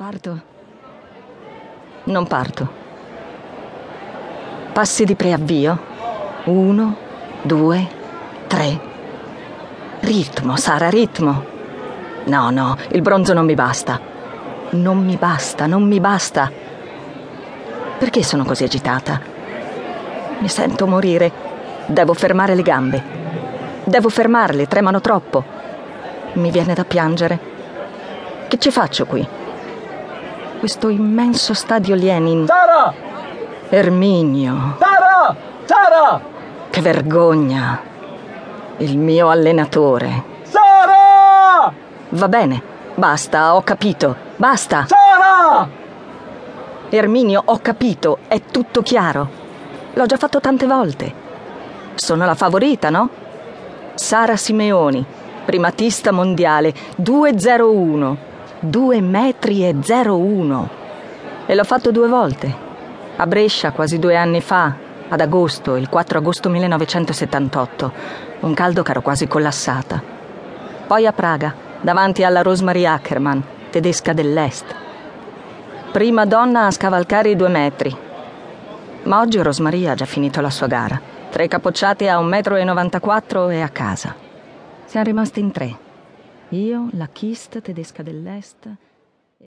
Parto. Non parto. Passi di preavvio. 1, 2, 3. Ritmo, Sara, ritmo. No, il bronzo non mi basta. Non mi basta. Perché sono così agitata? Mi sento morire. Devo fermare le gambe. Devo fermarle, tremano troppo. Mi viene da piangere. Che ci faccio qui? Questo immenso stadio Lenin. Sara! Erminio. Sara! Che vergogna. Il mio allenatore. Sara! Va bene, basta, ho capito. Basta. Sara! Erminio, ho capito, è tutto chiaro. L'ho già fatto tante volte. Sono la favorita, no? Sara Simeoni, primatista mondiale, 2,01. 2,01 m. E l'ho fatto 2 volte. A Brescia, quasi 2 anni fa, ad agosto, il 4 agosto 1978. Un caldo che ero quasi collassata. Poi a Praga, davanti alla Rosemarie Ackermann, tedesca dell'Est. Prima donna a scavalcare i 2 metri. Ma oggi Rosemarie ha già finito la sua gara. 3 capocciate a 1,94 m e a casa. Siamo rimaste in 3. Io, la Kist, tedesca dell'Est...